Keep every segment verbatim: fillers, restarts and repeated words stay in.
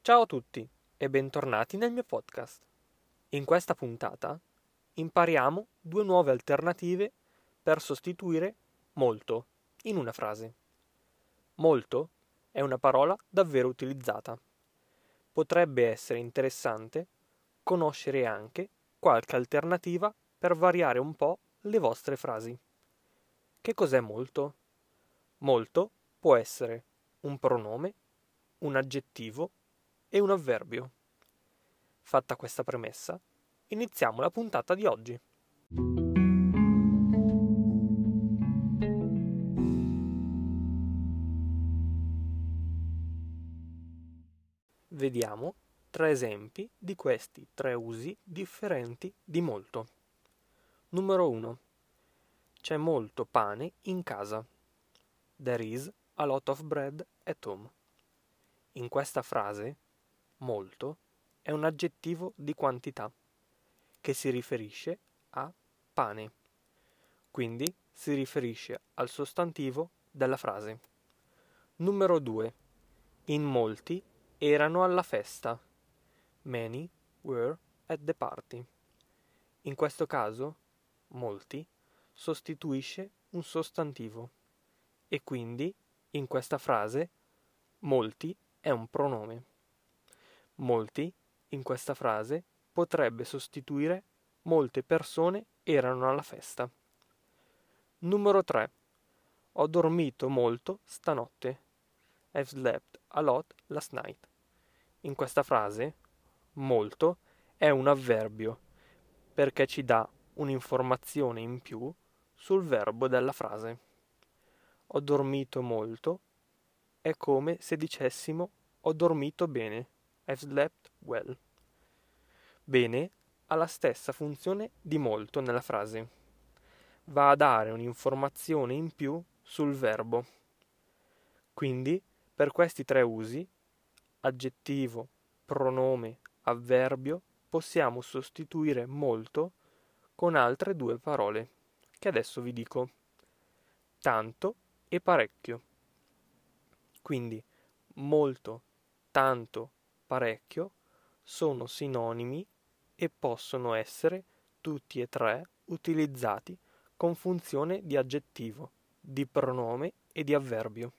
Ciao a tutti e bentornati nel mio podcast. In questa puntata impariamo due nuove alternative per sostituire molto in una frase. Molto è una parola davvero utilizzata. Potrebbe essere interessante conoscere anche qualche alternativa per variare un po' le vostre frasi. Che cos'è molto? Molto può essere un pronome, un aggettivo e un avverbio. Fatta questa premessa, iniziamo la puntata di oggi. Vediamo tre esempi di questi tre usi differenti di molto. Numero uno. C'è molto pane in casa. There is a lot of bread at home. In questa frase, molto è un aggettivo di quantità che si riferisce a pane. Quindi si riferisce al sostantivo della frase. Numero due. In molti erano alla festa. Many were at the party. In questo caso, molti sostituisce un sostantivo e quindi in questa frase molti è un pronome. Molti in questa frase potrebbe sostituire molte persone erano alla festa. Numero tre. Ho dormito molto stanotte. I've slept a lot last night. In questa frase, molto è un avverbio perché ci dà un'informazione in più sul verbo della frase. Ho dormito molto è come se dicessimo ho dormito bene. I've slept well. Bene ha la stessa funzione di molto nella frase. Va a dare un'informazione in più sul verbo. Quindi, per questi tre usi, aggettivo, pronome, avverbio, possiamo sostituire molto con altre due parole, che adesso vi dico. Tanto e parecchio. Quindi, molto, tanto, parecchio sono sinonimi e possono essere tutti e tre utilizzati con funzione di aggettivo, di pronome e di avverbio.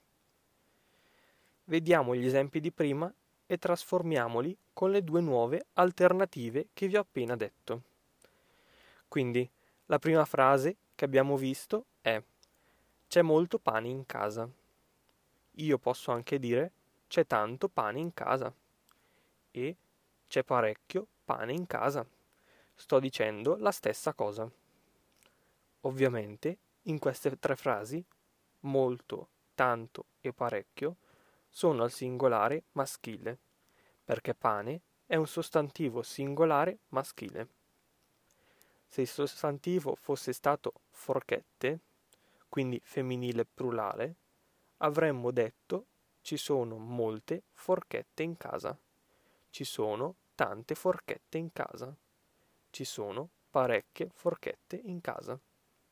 Vediamo gli esempi di prima e trasformiamoli con le due nuove alternative che vi ho appena detto. Quindi, la prima frase che abbiamo visto è: c'è molto pane in casa. Io posso anche dire c'è tanto pane in casa e c'è parecchio pane in casa. Sto dicendo la stessa cosa. Ovviamente, in queste tre frasi, molto, tanto e parecchio sono al singolare maschile, perché pane è un sostantivo singolare maschile. Se il sostantivo fosse stato forchette, quindi femminile plurale, avremmo detto ci sono molte forchette in casa, ci sono tante forchette in casa, ci sono parecchie forchette in casa.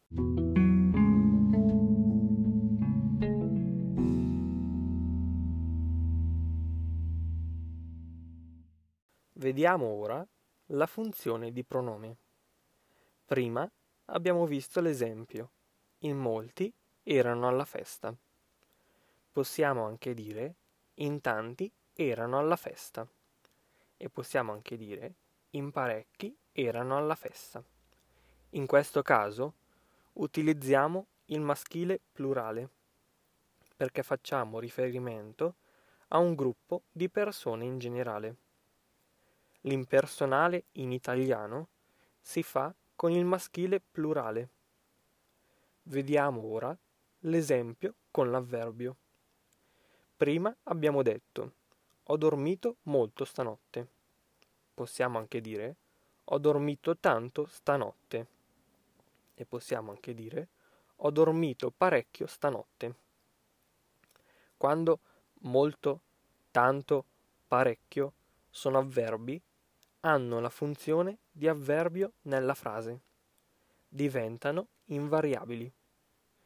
Vediamo ora la funzione di pronome. Prima abbiamo visto l'esempio. In molti erano alla festa. Possiamo anche dire in tanti erano alla festa. E possiamo anche dire in parecchi erano alla festa. In questo caso utilizziamo il maschile plurale perché facciamo riferimento a un gruppo di persone in generale. L'impersonale in italiano si fa con il maschile plurale. Vediamo ora l'esempio con l'avverbio. Prima abbiamo detto ho dormito molto stanotte. Possiamo anche dire ho dormito tanto stanotte. E possiamo anche dire ho dormito parecchio stanotte. Quando molto, tanto, parecchio sono avverbi, hanno la funzione di avverbio nella frase. Diventano invariabili.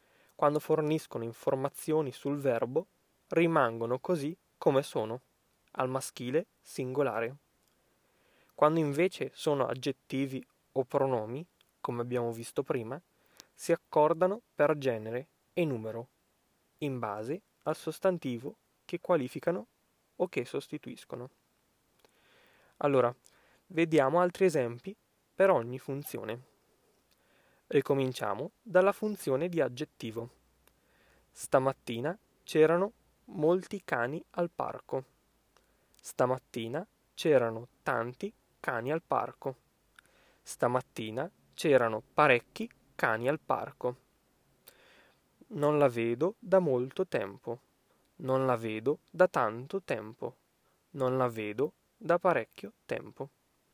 Quando forniscono informazioni sul verbo, rimangono così come sono. al maschile singolare. Quando invece sono aggettivi o pronomi, come abbiamo visto prima, si accordano per genere e numero, in base al sostantivo che qualificano o che sostituiscono. Allora, vediamo altri esempi per ogni funzione. Ricominciamo dalla funzione di aggettivo. Stamattina c'erano molti cani al parco. Stamattina c'erano tanti cani al parco. Stamattina c'erano parecchi cani al parco. Non la vedo da molto tempo. Non la vedo da tanto tempo. Non la vedo da parecchio tempo.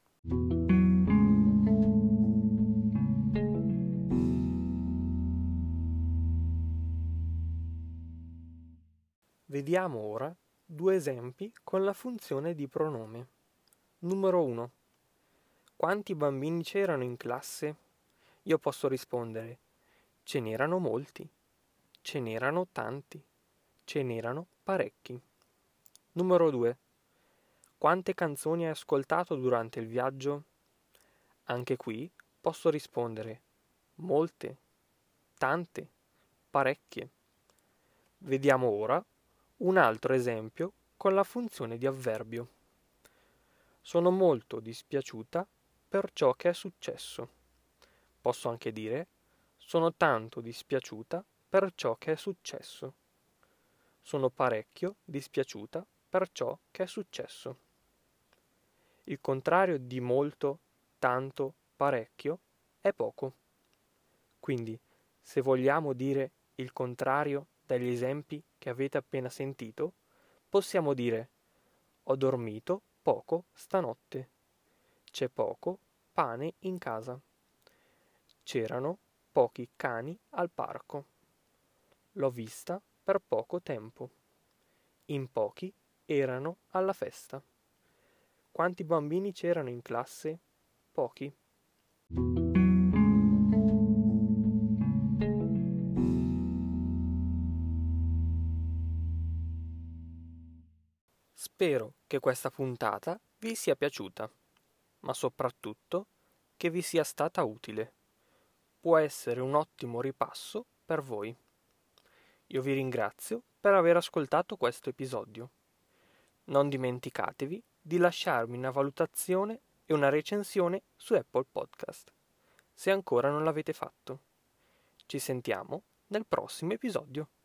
Vediamo ora due esempi con la funzione di pronome. Numero uno. Quanti bambini c'erano in classe? Io posso rispondere: ce n'erano molti, ce n'erano tanti, ce n'erano parecchi. Numero due. Quante canzoni hai ascoltato durante il viaggio? Anche qui posso rispondere: molte, tante, parecchie. Vediamo ora un altro esempio con la funzione di avverbio. Sono molto dispiaciuta per ciò che è successo. Posso anche dire: sono tanto dispiaciuta per ciò che è successo. Sono parecchio dispiaciuta per ciò che è successo. Il contrario di molto, tanto, parecchio è poco. Quindi, se vogliamo dire il contrario dagli esempi che avete appena sentito, possiamo dire: ho dormito poco stanotte. C'è poco pane in casa. C'erano pochi cani al parco. L'ho vista per poco tempo. In pochi erano alla festa. Quanti bambini c'erano in classe? Pochi. Spero che questa puntata vi sia piaciuta, ma soprattutto che vi sia stata utile. Può essere un ottimo ripasso per voi. Io vi ringrazio per aver ascoltato questo episodio. Non dimenticatevi di lasciarmi una valutazione e una recensione su Apple Podcast, se ancora non l'avete fatto. Ci sentiamo nel prossimo episodio.